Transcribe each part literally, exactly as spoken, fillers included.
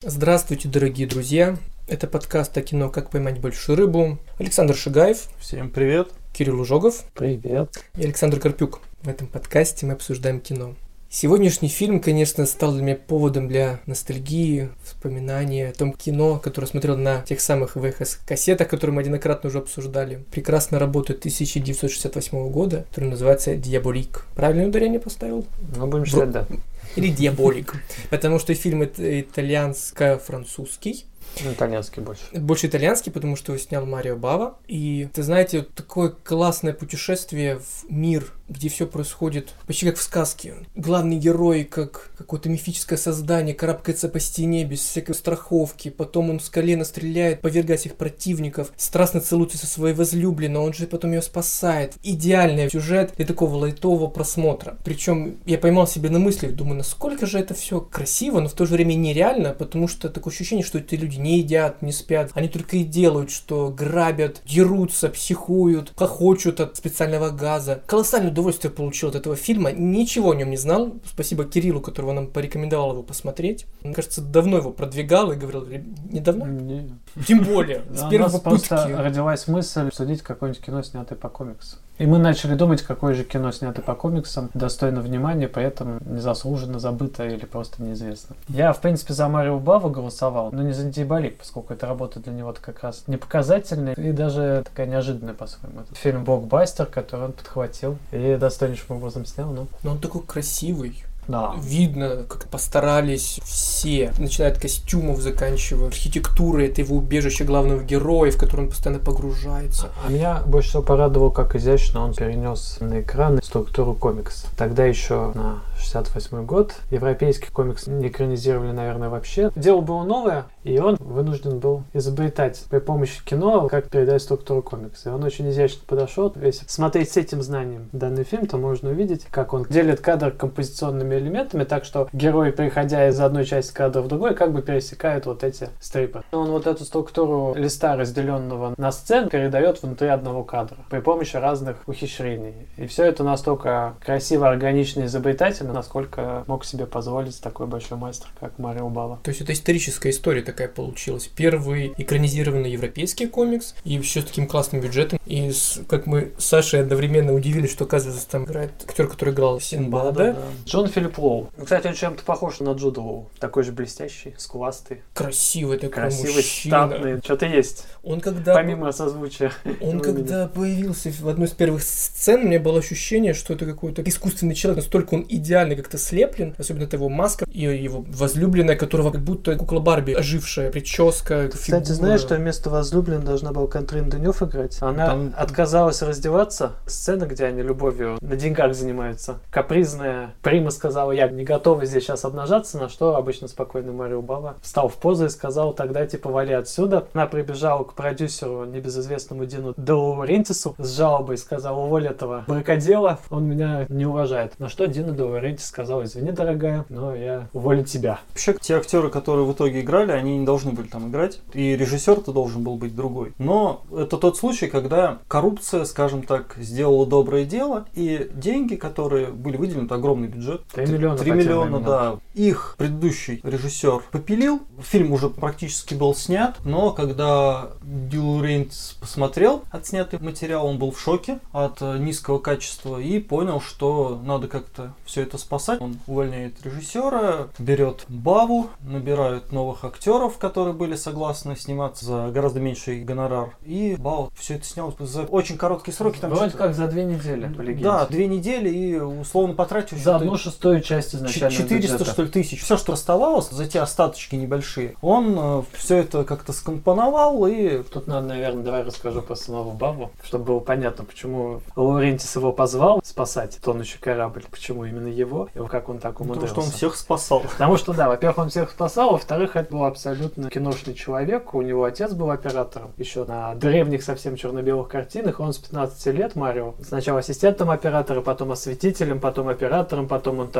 Здравствуйте, дорогие друзья! Это подкаст о кино «Как поймать большую рыбу». Александр Шигаев. Всем привет. Кирилл Ужогов. Привет. И Александр Карпюк. В этом подкасте мы обсуждаем кино. Сегодняшний фильм, конечно, стал для меня поводом для ностальгии, вспоминания о том кино, которое смотрел на тех самых ви эйч эс-кассетах, которые мы однократно уже обсуждали. Прекрасно работает тысяча девятьсот шестьдесят восьмого года, который называется «Диаболик». Правильное ударение поставил? Ну, будем считать, да. Или «Диаболик», потому что фильм итальянско-французский. Ну, итальянский больше. Больше итальянский, потому что его снял Марио Бава. И, ты знаете, вот такое классное путешествие в мир, где все происходит почти как в сказке. Главный герой, как какое-то мифическое создание, карабкается по стене без всякой страховки. Потом он с колена стреляет, повергает всех противников. Страстно целуется со своей возлюбленной, он же потом ее спасает. Идеальный сюжет для такого лайтового просмотра. Причем я поймал себя на мысли, думаю, насколько же это все красиво, но в то же время нереально, потому что такое ощущение, что эти люди не едят, не спят. Они только и делают, что грабят, дерутся, психуют, хохочут от специального газа. Колоссальное удовольствие получил от этого фильма. Ничего о нем не знал. Спасибо Кириллу, которого нам порекомендовал его посмотреть. Мне кажется, давно его продвигал и говорил, недавно? Не. Тем более, с первой попытки. У нас просто родилась мысль обсудить какое-нибудь кино, снятое по комиксу. И мы начали думать, какое же кино, снятое по комиксам, достойно внимания, поэтому незаслуженно забыто или просто неизвестно. Я, в принципе, за Марио Баву голосовал, но не за Диаболик, поскольку эта работа для него как раз не показательная и даже такая неожиданная по-своему. Это фильм «Блокбастер», который он подхватил и достойнейшим образом снял. Ну. Но он такой красивый. Да. Видно, как постарались все, начиная от костюмов, заканчивая архитектурой, это его убежище главного героя, в которое он постоянно погружается. А меня больше всего порадовало, как изящно он перенес на экран структуру комикса. Тогда еще на шестьдесят восьмой год европейский комикс не экранизировали, наверное, вообще. Дело было новое, и он вынужден был изобретать при помощи кино, как передать структуру комикса. И он очень изящно подошел. Если смотреть с этим знанием данный фильм, то можно увидеть, как он делит кадр композиционными элементами, так что герои, переходя из одной части кадра в другой, как бы пересекают вот эти стрипы. Он вот эту структуру листа, разделенного на сцены, передает внутри одного кадра при помощи разных ухищрений. И все это настолько красиво, органично и изобретательно, насколько мог себе позволить такой большой мастер, как Марио Бава. То есть это историческая история такая получилась. Первый экранизированный европейский комикс, и еще с таким классным бюджетом. И с, как мы с Сашей одновременно удивились, что, оказывается, там играет актер, который играл Синбада. Да, да. Джон Филипп Лоу. Кстати, он чем-то похож на Джуда Лоу. Такой же блестящий, скуластый. Красивый такой Красивый, мужчина. статный. Что-то есть. Он когда... Помимо созвучия. Он когда появился в одной из первых сцен, у меня было ощущение, что это какой-то искусственный человек. Настолько он идеально как-то слеплен. Особенно это его маска и его возлюбленная, которого как будто кукла Барби, ожившая прическа. Кстати, фигура. Знаешь, что вместо возлюбленной должна была Катрин Денёв играть? Она Там... отказалась раздеваться. Сцена, где они любовью на деньгах занимаются. Капризная Прима сказала, я не готова здесь сейчас обнажаться, на что обычно спокойный Марио Бава встал в позу и сказал, тогда типа вали отсюда. Она прибежала к продюсеру, небезызвестному Дину Де Лаурентису, с жалобой сказала, уволь этого бракодела, он меня не уважает. На что Дина Де Лаурентис сказал, извини, дорогая, но я уволю тебя. Вообще, те актеры, которые в итоге играли, они не должны были там играть, и режиссер-то должен был быть другой. Но это тот случай, когда коррупция, скажем так, сделала доброе дело, и деньги, которые были выделены, это огромный бюджет. три миллиона. три миллиона, да. Их предыдущий режиссер попилил. Фильм уже практически был снят, но когда Де Лаурентис посмотрел отснятый материал, он был в шоке от низкого качества и понял, что надо как-то все это спасать. Он увольняет режиссера, берет Баву, набирают новых актеров, которые были согласны сниматься за гораздо меньший гонорар. И Бава все это снял за очень короткие сроки. Там вроде как за две недели, по легенде. Да, две недели и условно потратил за одну шестую часть изначального четыреста бюджета. Что ли тысяч. Все, что оставалось, за те остаточки небольшие, он э, все это как-то скомпоновал и... Тут надо, наверное, давай расскажу про самого Баву, чтобы было понятно, почему Лаурентис его позвал спасать тонущий корабль, почему именно его, и как он так умудрился. Потому что он всех спасал. Потому что, да, во-первых, он всех спасал, во-вторых, это был абсолютно киношный человек, у него отец был оператором, еще на древних совсем черно-белых картинах, он с пятнадцати лет, Марио, сначала ассистентом оператора, потом осветителем, потом оператором, потом он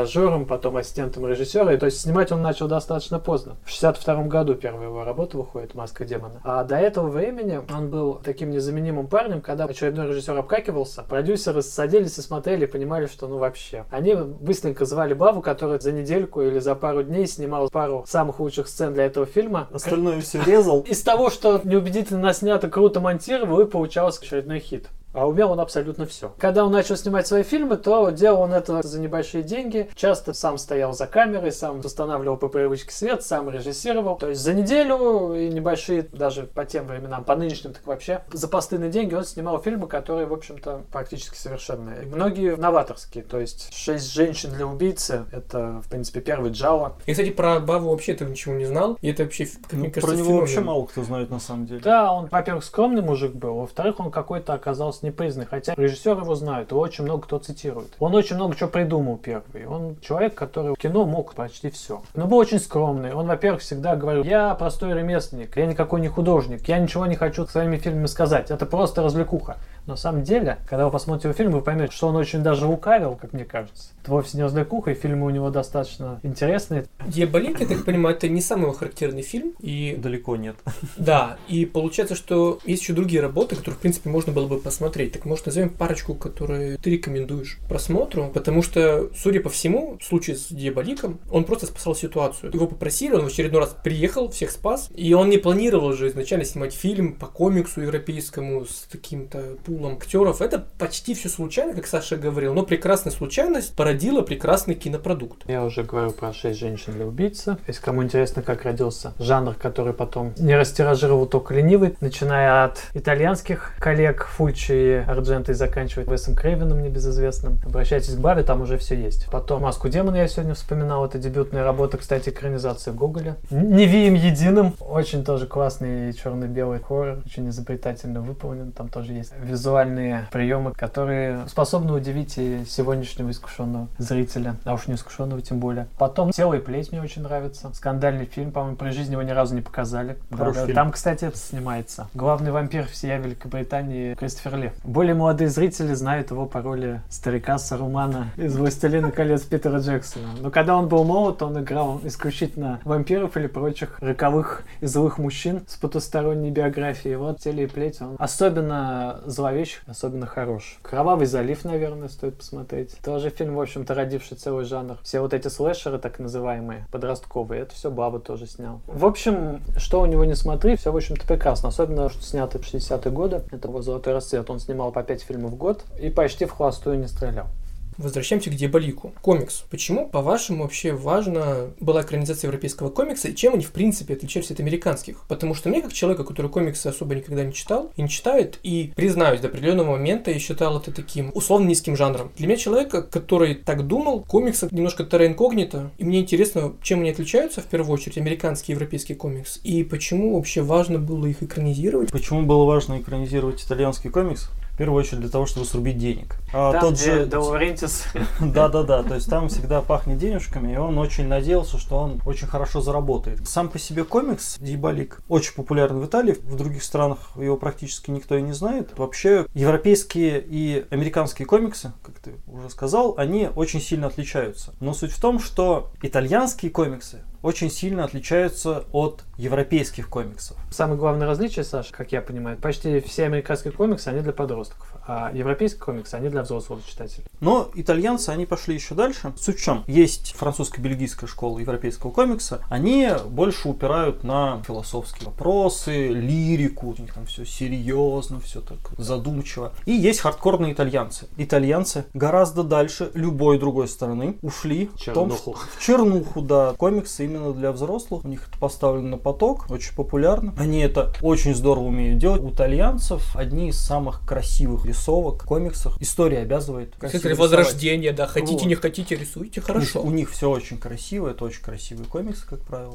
монтажером, потом ассистентом режиссера. И, то есть снимать он начал достаточно поздно. В шестьдесят втором году первая его работа выходит «Маска демона». А до этого времени он был таким незаменимым парнем, когда очередной режиссер обкакивался, продюсеры садились и смотрели, и понимали, что ну вообще. Они быстренько звали Баву, который за недельку или за пару дней снимал пару самых лучших сцен для этого фильма. Остальное все резал. Из того, что неубедительно снято, круто монтировал, и получался очередной хит. А умел он абсолютно все. Когда он начал снимать свои фильмы, то делал он это за небольшие деньги. Часто сам стоял за камерой, сам устанавливал по привычке свет, сам режиссировал. То есть за неделю и небольшие, даже по тем временам, по нынешним так вообще, за постыльные деньги он снимал фильмы, которые, в общем-то, практически совершенные. И многие новаторские. То есть «Шесть женщин для убийцы» — это, в принципе, первый Джао. Я, кстати, про Баву вообще этого ничего не знал. И это вообще, как мне Ну, кажется, про него феномен. вообще мало кто знает на самом деле. Да, он, во-первых, скромный мужик был, во-вторых, он какой-то оказался непризнанный, хотя режиссер его знает, его очень много кто цитирует. Он очень много чего придумал первый. Он человек, который в кино мог почти все. Но был очень скромный. Он, во-первых, всегда говорил: я простой ремесленник, я никакой не художник, я ничего не хочу своими фильмами сказать, это просто развлекуха. Но на самом деле, когда вы посмотрите его фильм, вы поймете, что он очень даже лукавил, как мне кажется. Это вовсе не развлекуха, и фильмы у него достаточно интересные. «Дьяволик», я так понимаю, это не самый его характерный фильм. И Далеко нет. да, и получается, что есть еще другие работы, которые, в принципе, можно было бы посмотреть. Так, может, назовем парочку, которые ты рекомендуешь к просмотру? Потому что, судя по всему, в случае с «Дьяволиком», он просто спасал ситуацию. Его попросили, он в очередной раз приехал, всех спас, и он не планировал же изначально снимать фильм по комиксу европейскому с таким-то пулом актеров. Это почти все случайно, как Саша говорил, но прекрасная случайность породила прекрасный кинопродукт. Я уже говорил про «Шесть женщин для убийцы». Если кому интересно, как родился жанр, который потом не растиражировал только ленивый, начиная от итальянских коллег Фульчи и Ардженто и заканчивая Весом Крейвеном небезызвестным. Обращайтесь к Баве, там уже все есть. Потом «Маску демона» я сегодня вспоминал. Это дебютная работа, кстати, экранизация Гоголя. «Невием единым». Очень тоже классный черно-белый хоррор. Очень изобретательно выполнен. Там тоже есть визуальные приемы, которые способны удивить и сегодняшнего искушенного зрителя, а уж не искушенного тем более. Потом «Тело и плеть» мне очень нравится. Скандальный фильм, по-моему, при жизни его ни разу не показали. Да, да. Там, кстати, снимается главный вампир всея Великобритании Кристофер Ли. Более молодые зрители знают его по роли старика Сарумана из «Властелина колец» Питера Джексона. Но когда он был молод, он играл исключительно вампиров или прочих роковых и злых мужчин с потусторонней биографией. Вот «Тело и плеть» он особенно зловещ, особенно хорош. «Кровавый залив», наверное, стоит посмотреть. Тоже фильм, в общем-то, родивший целый жанр. Все вот эти слэшеры, так называемые, подростковые, это все Баба тоже снял. В общем, что у него не смотри, все, в общем-то, прекрасно. Особенно, что снято в шестидесятые годы. Это его золотой расцвет. Он снимал по пять фильмов в год и почти в холостую не стрелял. Возвращаемся к «Дьяволику». Комикс. Почему, по-вашему, вообще важна была экранизация европейского комикса и чем они, в принципе, отличались от американских? Потому что мне, как человека, который комиксы особо никогда не читал и не читает, и, признаюсь, до определенного момента я считал это таким условно низким жанром. Для меня, человека, который так думал, комиксы немножко терра инкогнито, и мне интересно, чем они отличаются, в первую очередь, американский и европейский комикс, и почему вообще важно было их экранизировать? Почему было важно экранизировать итальянский комикс? В первую очередь для того, чтобы срубить денег. А там, тот где же... Де Лаурентис. Да-да-да, то есть там всегда пахнет денежками, и он очень надеялся, что он очень хорошо заработает. Сам по себе комикс «Дьяволик» очень популярен в Италии, в других странах его практически никто и не знает. Вообще, европейские и американские комиксы, как ты уже сказал, они очень сильно отличаются. Но суть в том, что итальянские комиксы очень сильно отличаются от европейских комиксов. Самое главное различие, Саша, как я понимаю, почти все американские комиксы, они для подростков, а европейские комиксы, они для взрослых читателей. Но итальянцы, они пошли еще дальше. Суть в чем? Есть французско-бельгийская школа европейского комикса. Они больше упирают на философские вопросы, лирику. У них там все серьезно, все так задумчиво. И есть хардкорные итальянцы. Итальянцы гораздо дальше любой другой страны ушли в, том, что, в чернуху, да. Комиксы именно для взрослых. У них это поставлено на поток, очень популярно. Они это очень здорово умеют делать. У итальянцев одни из самых красивых рисовок в комиксах. История обязывает. Кстати, возрождение, да. Хотите, вот. Не хотите, рисуйте хорошо. У, у них все очень красиво. Это очень красивые комиксы, как правило.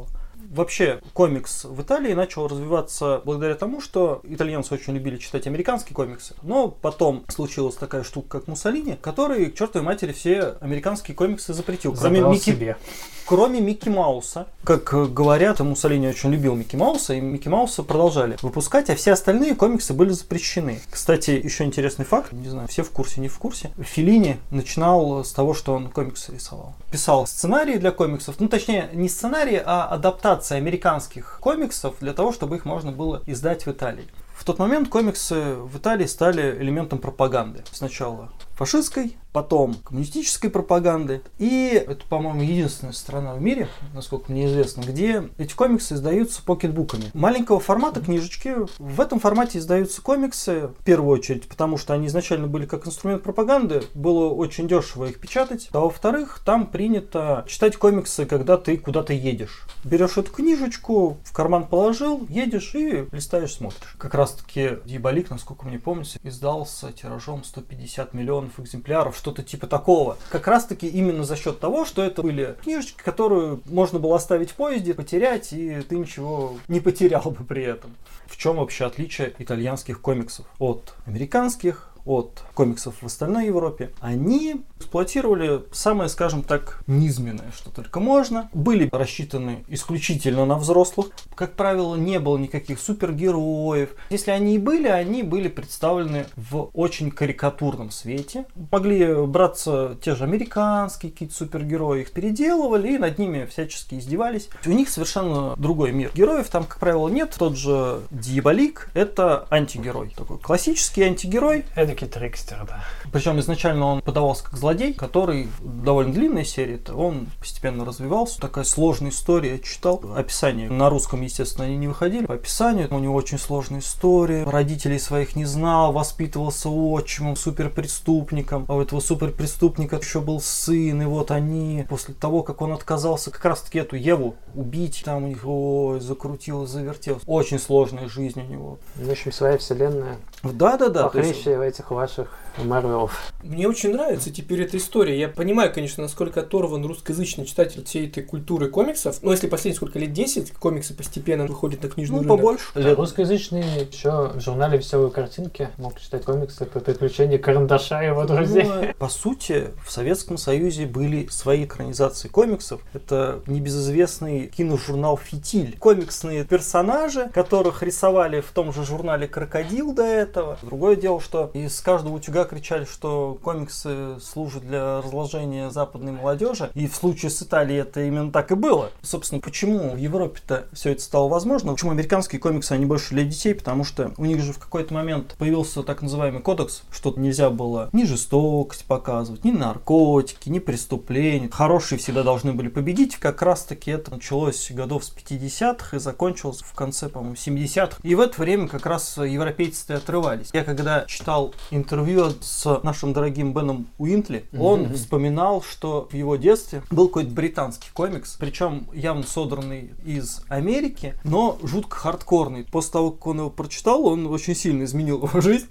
Вообще, комикс в Италии начал развиваться благодаря тому, что итальянцы очень любили читать американские комиксы. Но потом случилась такая штука, как Муссолини, который, к чертовой матери, все американские комиксы запретил. Кроме Забрал Микки... себе. Кроме Микки Мауса. Как говорят, Муссолини очень любил Микки Мауса, и Микки Мауса продолжали выпускать, а все остальные комиксы были запрещены. Кстати, еще интересный факт, не знаю, все в курсе, не в курсе. Феллини начинал с того, что он комиксы рисовал. Писал сценарии для комиксов, ну точнее, не сценарии, а адаптации американских комиксов для того, чтобы их можно было издать в Италии. В тот момент комиксы в Италии стали элементом пропаганды. Сначала фашистской, потом коммунистической пропаганды. И это, по-моему, единственная страна в мире, насколько мне известно, где эти комиксы издаются покетбуками. Маленького формата книжечки. В этом формате издаются комиксы, в первую очередь, потому что они изначально были как инструмент пропаганды. Было очень дешево их печатать. А во-вторых, там принято читать комиксы, когда ты куда-то едешь. Берешь эту книжечку, в карман положил, едешь и листаешь, смотришь. Как раз-таки Дьяволик, насколько мне помнится, издался тиражом сто пятьдесят миллионов экземпляров, что-то типа такого. Как раз-таки именно за счет того, что это были книжечки, которую можно было оставить в поезде, потерять, и ты ничего не потерял бы при этом. В чем вообще отличие итальянских комиксов от американских, от комиксов в остальной Европе? Они эксплуатировали самое, скажем так, низменное, что только можно. Были рассчитаны исключительно на взрослых. Как правило, не было никаких супергероев. Если они и были, они были представлены в очень карикатурном свете. Могли браться те же американские какие-то супергерои, их переделывали и над ними всячески издевались. У них совершенно другой мир. Героев там, как правило, нет. Тот же Дьяволик — это антигерой. Такой классический антигерой. Эдакий трикстер, да. Причем изначально он подавался как злодей, который довольно длинная серия, он постепенно развивался. Такая сложная история, я читал. Описание на русском, естественно, они не выходили. По описанию у него очень сложная история. Родителей своих не знал, воспитывался отчимом, суперпреступником. А у этого суперпреступника еще был сын. И вот они, после того, как он отказался как раз-таки эту Еву убить, там у них, ой, закрутилось, завертелось. Очень сложная жизнь у него. В общем, своя вселенная. Да-да-да. Похлеще в этих ваших Марвелов. Мне очень нравится теперь эта история. Я понимаю, конечно, насколько оторван русскоязычный читатель от всей этой культуры комиксов. Но если последние сколько лет, десять, комиксы постепенно выходят на книжный ну, рынок. побольше. Да, русскоязычный еще в журнале «Веселые картинки» мог читать комиксы по приключению Карандаша и его друзей. Ну, по сути, в Советском Союзе были свои экранизации комиксов. Это небезызвестный киножурнал «Фитиль». Комиксные персонажи, которых рисовали в том же журнале «Крокодил» до этого. Другое дело, что из каждого утюга кричали, что комиксы служат для разложения западной молодежи. И в случае с Италией это именно так и было. Собственно, почему в Европе-то все это стало возможно? Почему американские комиксы, они больше для детей? Потому что у них же в какой-то момент появился так называемый кодекс, что нельзя было ни жестокость показывать, ни наркотики, ни преступления. Хорошие всегда должны были победить. Как раз-таки это началось годов с пятидесятых и закончилось в конце, по-моему, семидесятых. И в это время как раз европейцы отрывались. Я когда читал интервью с нашим дорогим Беном Уинтли, mm-hmm. он вспоминал, что в его детстве был какой-то британский комикс, причем явно содранный из Америки, но жутко хардкорный. После того, как он его прочитал, он очень сильно изменил его жизнь,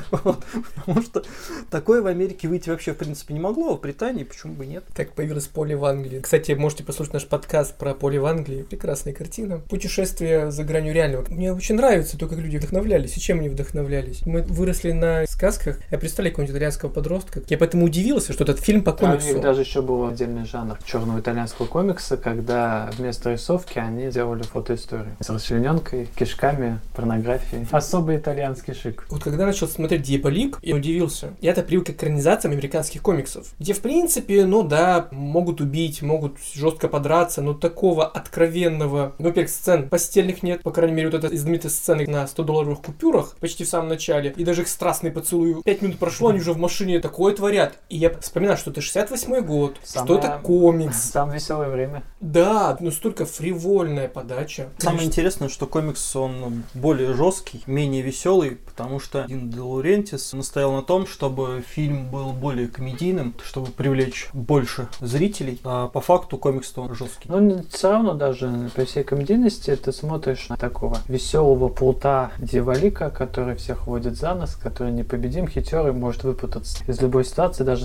потому что такое в Америке выйти вообще в принципе не могло, а в Британии почему бы нет. Так появилась Полли в Англии. Кстати, можете послушать наш подкаст про Полли в Англии. Прекрасная картина. Путешествие за гранью реального. Мне очень нравится то, как люди вдохновлялись и чем они вдохновлялись. Мы выросли на сказках. Я представляю какого-нибудь итальянского подростка. Я поэтому удивился, что этот фильм по комиксу. А у них даже еще был отдельный жанр черного итальянского комикса, когда вместо рисовки они делали фотоисторию с расчлененкой, кишками, порнографией. Особый итальянский шик. Вот когда начал смотреть «Дьяволик», я удивился. Я-то привык к экранизациям американских комиксов, где, в принципе, ну да, могут убить, могут жестко подраться, но такого откровенного, ну, во-первых, сцен постельных нет, по крайней мере, вот эта знаменитая сцена на сто-долларовых купюрах почти в самом начале, и даже их страстный поцелуй. Пять минут прошло, они уже в машине такое творят. И я вспоминаю, что это шестьдесят восьмой год, Самое... что это комикс. Самое веселое время. Да, но столько фривольная подача. Самое интересное, что комикс, он более жесткий, менее веселый, потому что Дино де Лаурентис настоял на том, чтобы фильм был более комедийным, чтобы привлечь больше зрителей, а по факту комикс-то он жесткий. Но все равно даже при всей комедийности ты смотришь на такого веселого плута Дьяволика, который всех водит за нос, который непобедим, хитер и может выпутаться из любой ситуации, даже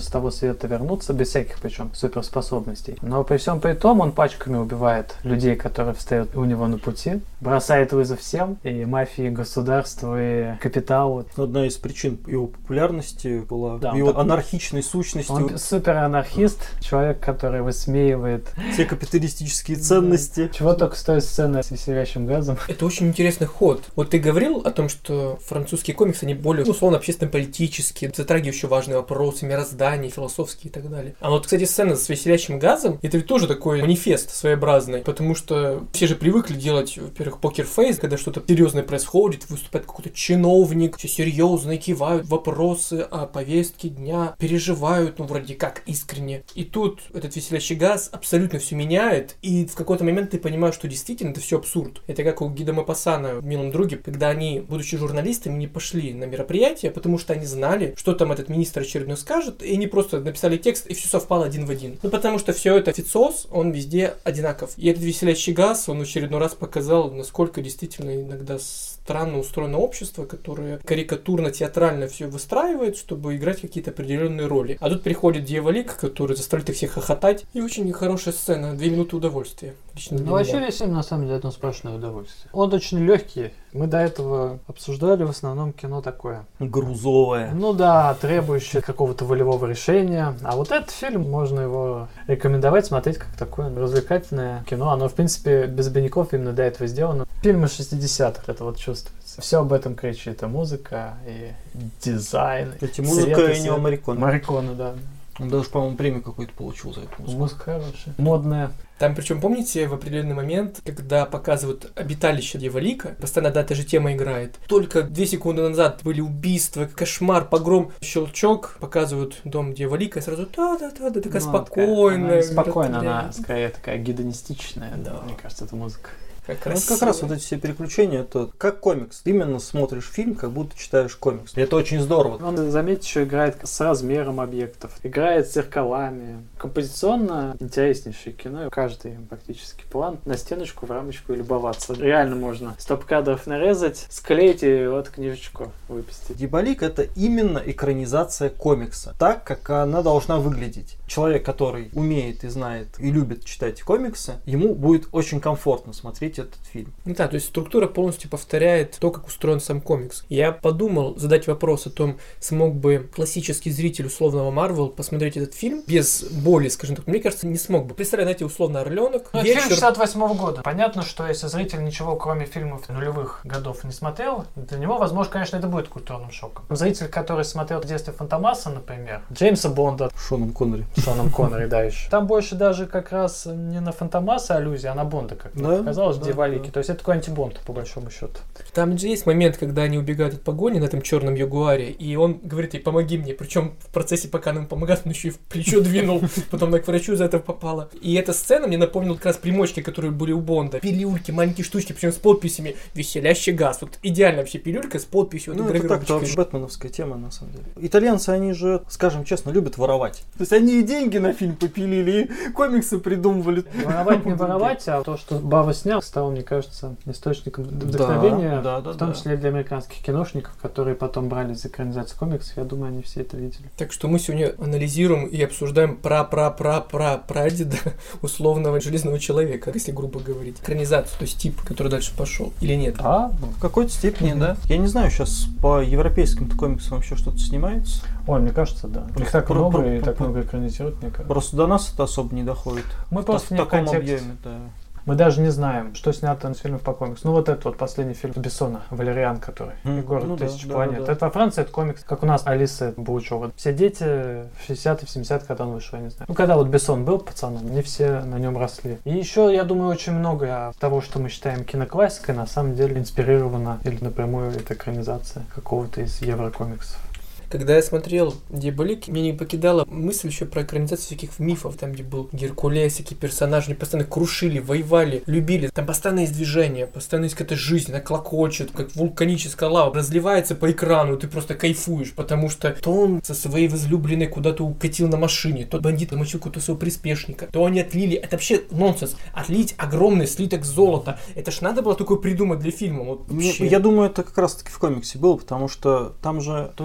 с того света вернуться, без всяких причем суперспособностей. Но при всем при том он пачками убивает людей, которые встают у него на пути, бросает вызов всем, и мафии, и государству, и капиталу. Одна из причин его популярности была Да, его он анархичной сущности. Он суперанархист, человек, который высмеивает все капиталистические ценности. Чего только стоит сцена с веселящим газом. Это очень интересный ход. Вот ты говорил о том, что французские комиксы, они более, условно, общественно-политические, затрагивающие важные вопросы, мироздания, философские и так далее. А вот, кстати, сцена с веселящим газом, это ведь тоже такой манифест своеобразный, потому что все же привыкли делать, во-первых, покер-фейс, когда что-то серьезное происходит, выступает какой-то чиновник, все серьезно кивают вопросы о повестке дня, переживают, ну, вроде как искренне. И тут этот веселящий газ абсолютно все меняет, и в какой-то момент ты понимаешь, что действительно это все абсурд. Это как у Гида Мопассана в «Милом друге», когда они, будучи журналистами, не пошли на мероприятие, потому что они знали, что там этот министр очередной скажет, и они просто написали текст, и все совпало один в один. Ну, потому что все это официоз, он везде одинаков. И этот веселящий газ, он в очередной раз показал, насколько действительно иногда странно устроено общество, которое карикатурно-театрально все выстраивает, чтобы играть какие-то определенные роли. А тут приходит дьяволик, который заставляет их всех хохотать. И очень хорошая сцена, две минуты удовольствия. Лично ну, вообще весь фильм, на самом деле, одно сплошное удовольствие. Он очень легкий. Мы до этого обсуждали в основном кино такое. Грузовое. Ну да, требующее какого-то волевого решения. А вот этот фильм, можно его рекомендовать смотреть как такое развлекательное кино. Оно, в принципе, без обиняков именно до этого сделано. Фильмы шестидесятых, это вот чувствуется. Все об этом кричит. И музыка, и дизайн. Эти музыка и не Мариконе. Мариконе, да. Он даже, по-моему, премию какую-то получил за эту музыку. Музыка хорошая. Модная. Там, причем, помните, в определенный момент, когда показывают обиталище дьяволика, постоянно, да, эта же тема играет. Только две секунды назад были убийства, кошмар, погром, щелчок, показывают дом дьяволика, и сразу да-да-да, да, такая ну, спокойная. Она спокойная, она скорее такая гедонистичная, да. Мне кажется, это музыка. Как, ну, как раз вот эти все переключения, это как комикс. Ты именно смотришь фильм, как будто читаешь комикс. И это очень здорово. Он, заметьте, еще играет с размером объектов, играет с зеркалами. Композиционно интереснейшее кино. Каждый практически план на стеночку, в рамочку и любоваться. Реально можно стоп-кадров нарезать, склеить и вот книжечку выпустить. Дьяволик — это именно экранизация комикса. Так, как она должна выглядеть. Человек, который умеет и знает и любит читать комиксы, ему будет очень комфортно смотреть этот фильм. Ну да, то есть структура полностью повторяет то, как устроен сам комикс. Я подумал задать вопрос о том, смог бы классический зритель условного Марвел посмотреть этот фильм без боли, скажем так. Мне кажется, не смог бы. Представляю, знаете, условно Орленок. Ну, вечер... фильм шестьдесят восьмого года. Понятно, что если зритель ничего, кроме фильмов нулевых годов, не смотрел, для него, возможно, конечно, это будет культурным шоком. Зритель, который смотрел в детстве Фантомаса, например, Джеймса Бонда. Шоном Коннери. Шоном Коннери, да, еще. Там больше даже как раз не на Фантомаса аллюзия, а на Бонда, как да? Казалось, Да, Дьяволики. да. То есть это такой антибонд, по большому счету. Там же есть момент, когда они убегают от погони на этом черном ягуаре, и он говорит ей: помоги мне. Причем в процессе, пока нам помогает, он еще и в плечо двинул, потом на к врачу за это попало. И эта сцена мне напомнила как раз примочки, которые были у Бонда. Пилюльки, маленькие штучки, причем с подписями «Веселящий газ». Вот идеально вообще пилюлька с подписью. Ну, это так, это вообще бэтменовская тема, на самом деле. Итальянцы, они же, скажем честно, любят воровать. То есть они и деньги на фильм попилили, и комиксы придумывали. Воровать не воровать, а то, что Бава снял, стало, мне кажется, источником вдохновения, да, да, да, в том да. числе для американских киношников, которые потом брали за экранизацию комиксов. Я думаю, они все это видели. Так что мы сегодня анализируем и обсуждаем пра-пра-пра-пра-прадеда условного Железного человека, если грубо говорить. Экранизацию, то есть тип, который дальше пошел, или нет? А, в какой-то степени, mm-hmm. да. Я не знаю, сейчас по европейским комиксам вообще что-то снимается. Ой, мне кажется, да. Их так про, много про, и про, так про, много экранизируют, мне кажется. Просто до нас это особо не доходит. Мы в, просто в таком объеме, да. Мы даже не знаем, что снято из фильмов по комиксу. Ну вот этот вот последний фильм Бессона, «Валериан», который mm. «Город ну, тысяч да, планет». Да, да. Это во Франции, это комикс, как у нас Алиса Булычева. Все дети в шестидесятые, в семидесятые, когда он вышел, я не знаю. Ну когда вот Бессон был пацаном, не все на нем росли. И еще, я думаю, очень много того, что мы считаем киноклассикой, на самом деле инспирировано или напрямую это экранизация какого-то из еврокомиксов. Когда я смотрел «Дьяволик», меня не покидала мысль еще про экранизацию всяких мифов, там, где был Геркулес, всякие персонажи, они постоянно крушили, воевали, любили. Там постоянно есть движение, постоянно есть какая-то жизнь, она клокочет, как вулканическая лава, разливается по экрану, ты просто кайфуешь, потому что то он со своей возлюбленной куда-то укатил на машине, то бандит намочил какого-то своего приспешника, то они отлили. Это вообще нонсенс. Отлить огромный слиток золота. Это ж надо было такое придумать для фильма. Вот я, я думаю, это как раз-таки в комиксе было, потому что там же то ли три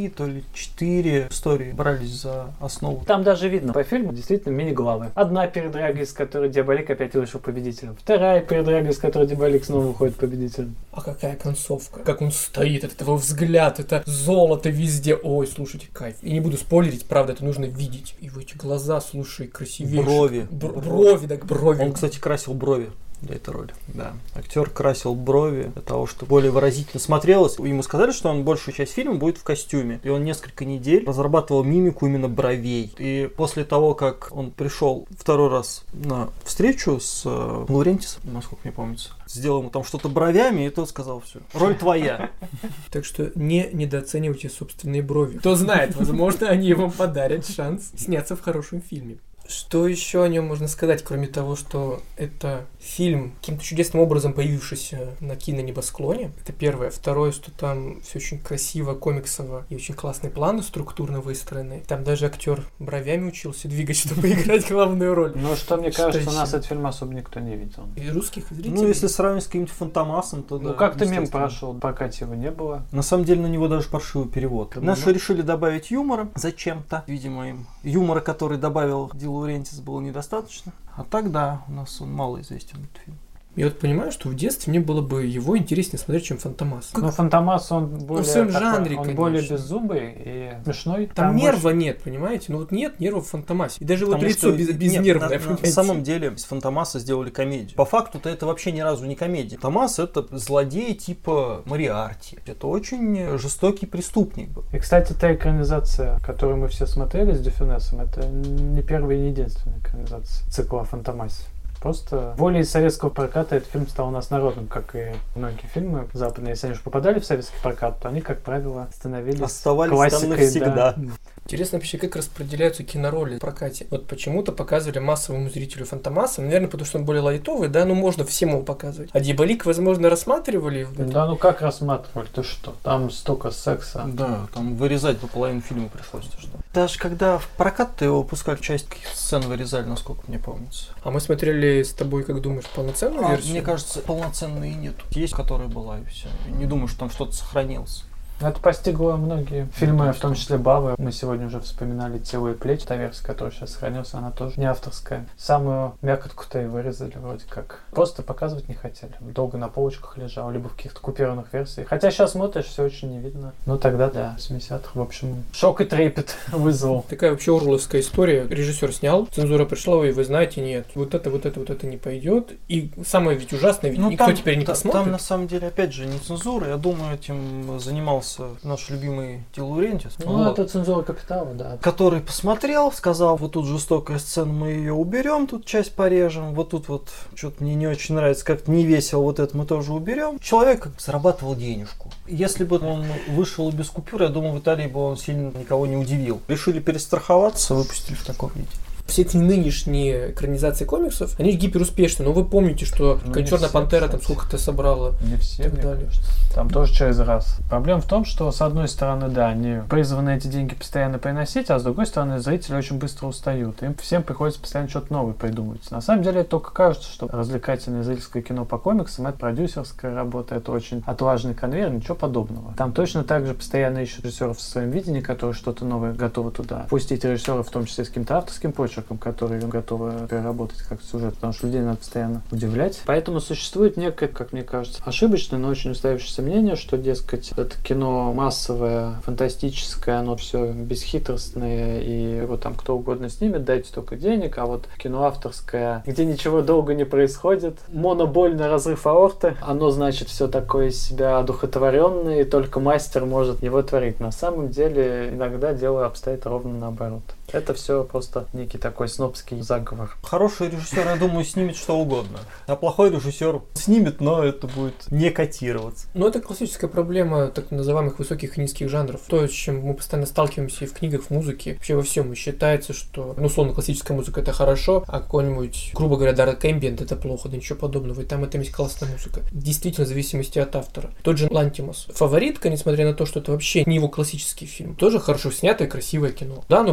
три, то ли четыре истории брались за основу. Там даже видно по фильму действительно мини-главы. Одна передряга, из которой Диаболик опять вышел победителем. Вторая передряга, из которой Диаболик снова выходит победителем. А какая концовка? Как он стоит, этот его взгляд, это золото везде. Ой, слушайте, кайф. И не буду спойлерить, правда, это нужно видеть. Его эти глаза, слушай, красивейшие. Брови. Бр- брови, так брови. Он, кстати, красил брови для этой роли. Да. Актер красил брови для того, чтобы более выразительно смотрелось. Ему сказали, что он большую часть фильма будет в костюме. И он несколько недель разрабатывал мимику именно бровей. И после того, как он пришел второй раз на встречу с э, Лаурентисом, насколько мне помнится, сделал ему там что-то бровями, и тот сказал: все, роль твоя. Так что не недооценивайте собственные брови. Кто знает, возможно, они вам подарят шанс сняться в хорошем фильме. Что еще о нем можно сказать, кроме того, что это фильм, каким-то чудесным образом появившийся на кинонебосклоне? Это первое. Второе, что там все очень красиво, комиксово и очень классные планы структурно выстроены. Там даже актер бровями учился двигать, чтобы играть главную роль. Ну, что мне кажется, у нас этот фильм особо никто не видел. И русских зрителей. Ну, если сравнить с каким-нибудь Фантомасом, то да. Ну, как-то мем прошел, в прокате его не было. На самом деле, на него даже паршивый перевод. Ну, Наши ну. решили добавить юмора зачем-то. Видимо, им юмора, который добавил Ди Лаурентис, было недостаточно. А так, да, у нас он мало известен, этот фильм. Я вот понимаю, что в детстве мне было бы его интереснее смотреть, чем Фантомас. Но Фантомас, он более, в своем такой, жанре, он конечно. более беззубый и смешной. Там, Там нерва больше... нет, понимаете? Ну вот нет нервов в Фантомасе. И даже Потому вот лицо что- без, нет, безнервное, на, на понимаете? самом деле из Фантомаса сделали комедию. По факту-то это вообще ни разу не комедия. Фантомас — это злодей типа Мориарти. Это очень жестокий преступник был. И, кстати, та экранизация, которую мы все смотрели с Ди Фюнесом, это не первая и не единственная экранизация цикла о Фантомасе. Просто волей советского проката этот фильм стал у нас народным, как и многие фильмы западные. Если они уж попадали в советский прокат, то они, как правило, становились Оставались классикой. там навсегда. Да. Интересно вообще, как распределяются кинороли в прокате. Вот почему-то показывали массовому зрителю Фантомаса, наверное, потому что он более лайтовый, да, ну можно всем его показывать. А Диаболик, возможно, рассматривали. Да, ну как рассматривали, ты что? Там столько секса. Да, там вырезать по половину фильма пришлось. То что. Даже когда в прокат-то его выпускали, часть каких сцен вырезали, насколько мне помнится. А мы смотрели с тобой, как думаешь, полноценную А, версию? мне кажется, полноценной нет. Есть, которая была, и все. Не думаю, что там что-то сохранилось. Это постигло многие фильмы, в том числе Бавы. Мы сегодня уже вспоминали «Тело и плечи». Та версия, которая сейчас сохранилась, она тоже не авторская. Самую мякотку-то и вырезали вроде как. Просто показывать не хотели. Долго на полочках лежал, либо в каких-то купированных версиях. Хотя сейчас смотришь, все очень не видно. Ну тогда да, в семидесятых, в общем, шок и трепет вызвал. Такая вообще орловская история. Режиссер снял, цензура пришла, и вы знаете, нет, вот это, вот это, вот это не пойдет. И самое ведь ужасное, ведь Ну, никто там, теперь не та- посмотрит. Там на самом деле, опять же, не цензура. Я думаю, этим занимался наш любимый Ди Лаурентис. Ну, Вот. это цензура капитала, да. Который посмотрел, сказал: вот тут жестокая сцена, мы ее уберем, тут часть порежем, вот тут вот что-то мне не очень нравится, как-то не весело, вот это мы тоже уберем. Человек как бы зарабатывал денежку. Если бы он вышел без купюр, я думаю, в Италии бы он сильно никого не удивил. Решили перестраховаться, выпустили в таком виде. Все эти нынешние экранизации комиксов, они же гиперуспешны. Но вы помните, что Ну, ну, не Черная все, пантера кстати. там сколько-то собрала. Не все, Так мне далее. кажется. Там тоже через раз. Проблема в том, что с одной стороны, да, они призваны эти деньги постоянно приносить, а с другой стороны, зрители очень быстро устают. Им всем приходится постоянно что-то новое придумывать. На самом деле, это только кажется, что развлекательное зрительское кино по комиксам — это продюсерская работа, это очень отлаженный конвейер, ничего подобного. Там точно так же постоянно ищут режиссеров со своим видением, которые что-то новое готовы туда пустить, режиссеров, в том числе с каким-то авторским почерком, которые готовы переработать как сюжет, потому что людей надо постоянно удивлять. Поэтому существует некое, как мне кажется, ошибочное, но очень устоявшееся мнение, что, дескать, это кино массовое, фантастическое, оно все бесхитростное, и вот там кто угодно снимет, дайте только денег, а вот кино авторское, где ничего долго не происходит, монобольный разрыв аорты, оно, значит, все такое из себя одухотворенное, и только мастер может его творить. На самом деле, иногда дело обстоит ровно наоборот. Это все просто некий такой снобский заговор. Хороший режиссер, я думаю, снимет что угодно. А плохой режиссер снимет, но это будет не котироваться. Но это классическая проблема так называемых высоких и низких жанров. То, с чем мы постоянно сталкиваемся и в книгах, в музыке, вообще во всем. И считается, что, ну, условно, классическая музыка — это хорошо, а какой-нибудь, грубо говоря, дарк эмбиент — это плохо, да ничего подобного. И там это есть классная музыка. Действительно, в зависимости от автора. Тот же Лантимос. «Фаворитка», несмотря на то, что это вообще не его классический фильм, тоже хорошо снятое, красивое кино. Да, оно более голливудское,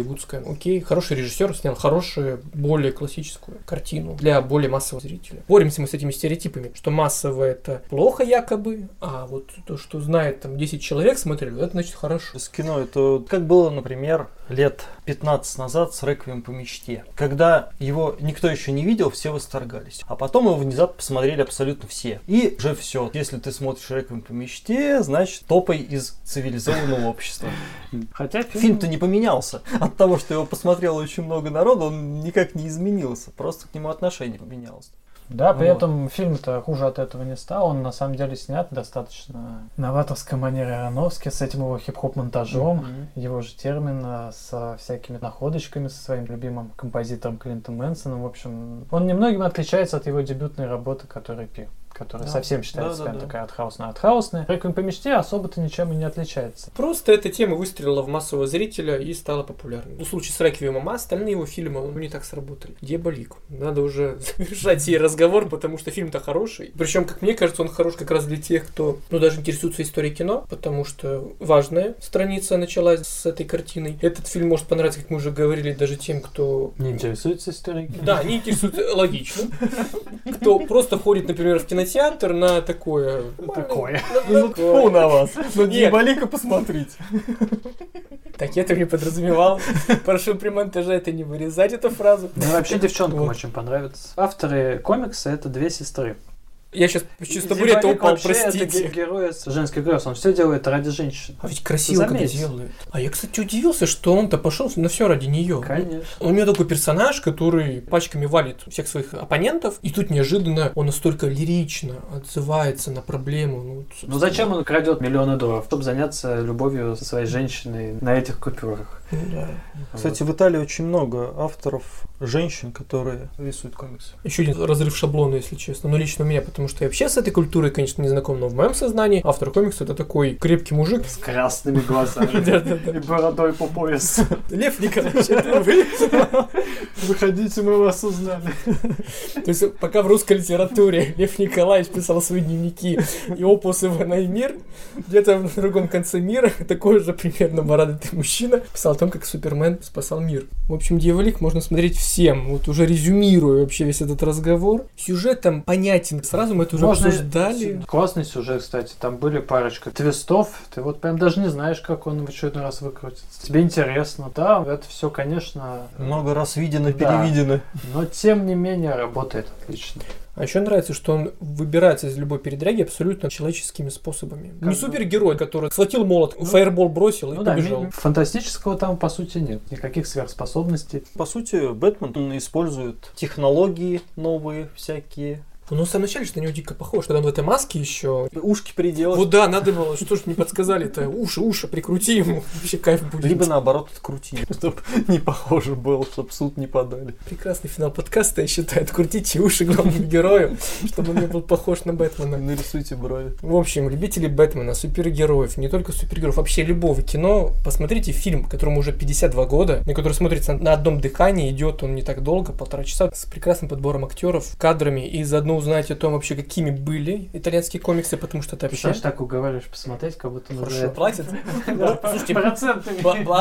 голливудская. Окей, хороший режиссер снял хорошую, более классическую картину для более массового зрителя. Боремся мы с этими стереотипами, что массовое это плохо якобы, а вот то, что знает там десять человек смотрели, это значит хорошо. С кино это как было, например, лет пятнадцать назад с «Реквием по мечте». Когда его никто еще не видел, все восторгались. А потом его внезапно посмотрели абсолютно все. И уже все. Если ты смотришь «Реквием по мечте», значит топай из цивилизованного общества. Хотя фильм... Фильм-то не поменялся. От того, что его посмотрело очень много народу, он никак не изменился. Просто к нему отношение поменялось. Да, при Вот. этом фильм-то хуже от этого не стал. Он на самом деле снят достаточно новаторской манере Аронофски, с этим его хип-хоп монтажом, mm-hmm. его же термин, со всякими находочками, со своим любимым композитором Клинтом Мэнсоном. В общем, он немногим отличается от его дебютной работы, которая «Пир», которая да. совсем считается да, да, да. такая артхаусная. Артхаусная. «Реквием по мечте» особо-то ничем и не отличается. Просто эта тема выстрелила в массового зрителя и стала популярной. В случае с «Реквиемом», а остальные его фильмы ну, не так сработали. Диаболик. Надо уже завершать сей разговор, потому что фильм-то хороший. Причем, как мне кажется, он хорош как раз для тех, кто ну, даже интересуется историей кино, потому что важная страница началась с этой картиной. Этот фильм может понравиться, как мы уже говорили, даже тем, кто... Не интересуется историей кино. Да, не интересуется, логично. Кто просто ходит, например, в кинотеатр на такое... Такое. Ну, фу на вас. На Диаболика посмотрите. Так я этого не подразумевал. Прошу при монтаже это не вырезать, эту фразу. Ну, вообще девчонкам очень понравится. Авторы комикса — это две сестры. Я сейчас с табурета упал, простите. Это герой с женских грез, он все делает ради женщин. А ведь красиво как делает. А я, кстати, удивился, что он-то пошел на все ради нее. Конечно. У него такой персонаж, который пачками валит всех своих оппонентов, и тут неожиданно он настолько лирично отзывается на проблему. Ну, ну зачем он крадет миллионы долларов, чтобы заняться любовью со своей женщиной на этих купюрах? Да. Кстати, вот. В Италии очень много авторов, женщин, которые рисуют комиксы. Еще один разрыв шаблона, если честно, но лично у меня, потому что я вообще с этой культурой, конечно, не знаком, но в моем сознании автор комикса — это такой крепкий мужик. С красными глазами и бородой по пояс. Лев Николаевич, это вы? Выходите, мы вас узнали. То есть, пока в русской литературе Лев Николаевич писал свои дневники и опусы «Война и мир», где-то в другом конце мира такой же примерно бородатый мужчина писал о том, как Супермен спасал мир. В общем, «Дьяволик» можно смотреть всем. Вот уже резюмируя вообще весь этот разговор. Сюжет там понятен. Сразу мы это уже можно... обсуждали. Классный сюжет, кстати. Там были парочка твистов. Ты вот прям даже не знаешь, как он в очередной раз выкрутится. Тебе интересно, да? Это все, конечно... Много раз видено, да. перевидено. Но, тем не менее, работает отлично. А еще нравится, что он выбирается из любой передряги абсолютно человеческими способами. Как не супергерой, который схватил молот, ну, фаербол бросил ну, и побежал. Да, фантастического там, по сути, нет. Никаких сверхспособностей. По сути, Бэтмен он использует технологии новые всякие. Ну, в самом начале, что на него дико похож, когда он в этой маске еще. Ушки приделать. Вот да, надо было, что ж не подсказали-то. Уши, уши, прикрути ему. Вообще кайф будет. Либо наоборот открути, чтобы не похоже было, чтобы в суд не подали. Прекрасный финал подкаста, я считаю. Открутите уши главному герою, чтобы он не был похож на Бэтмена. Нарисуйте брови. В общем, любители Бэтмена, супергероев, не только супергероев, вообще любого кино, посмотрите фильм, которому уже пятьдесят два года, на который смотрится на одном дыхании, идет он не так долго, полтора часа, с прекрасным подбором актеров, кадрами, и заодно узнать о том вообще, какими были итальянские комиксы, потому что это вообще... Ты так уговариваешь посмотреть, как будто... Хорошо платят? Слушайте, процентами.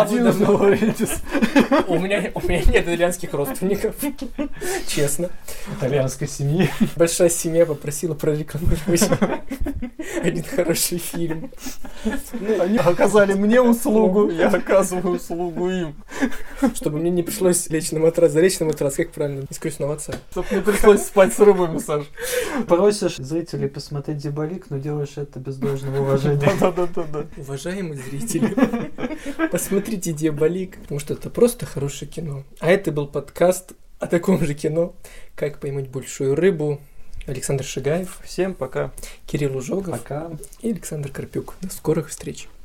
У меня нет итальянских родственников, честно. Итальянской семьи. Большая семья попросила прорекламировать один хороший фильм. Они оказали мне услугу, я оказываю услугу им. Чтобы мне не пришлось лечь на матрас, залечь на матрас, как правильно, из крестного отца. Чтобы не пришлось спать с рыбами, Саш. Просишь зрителей посмотреть «Дьяволик», но делаешь это без должного уважения. Да-да-да. Уважаемые зрители, посмотрите «Дьяволик», потому что это просто хорошее кино. А это был подкаст о таком же кино, как поймать большую рыбу. Александр Шигаев. Всем пока. Кирилл Ужогов. Пока. И Александр Карпюк. До скорых встреч.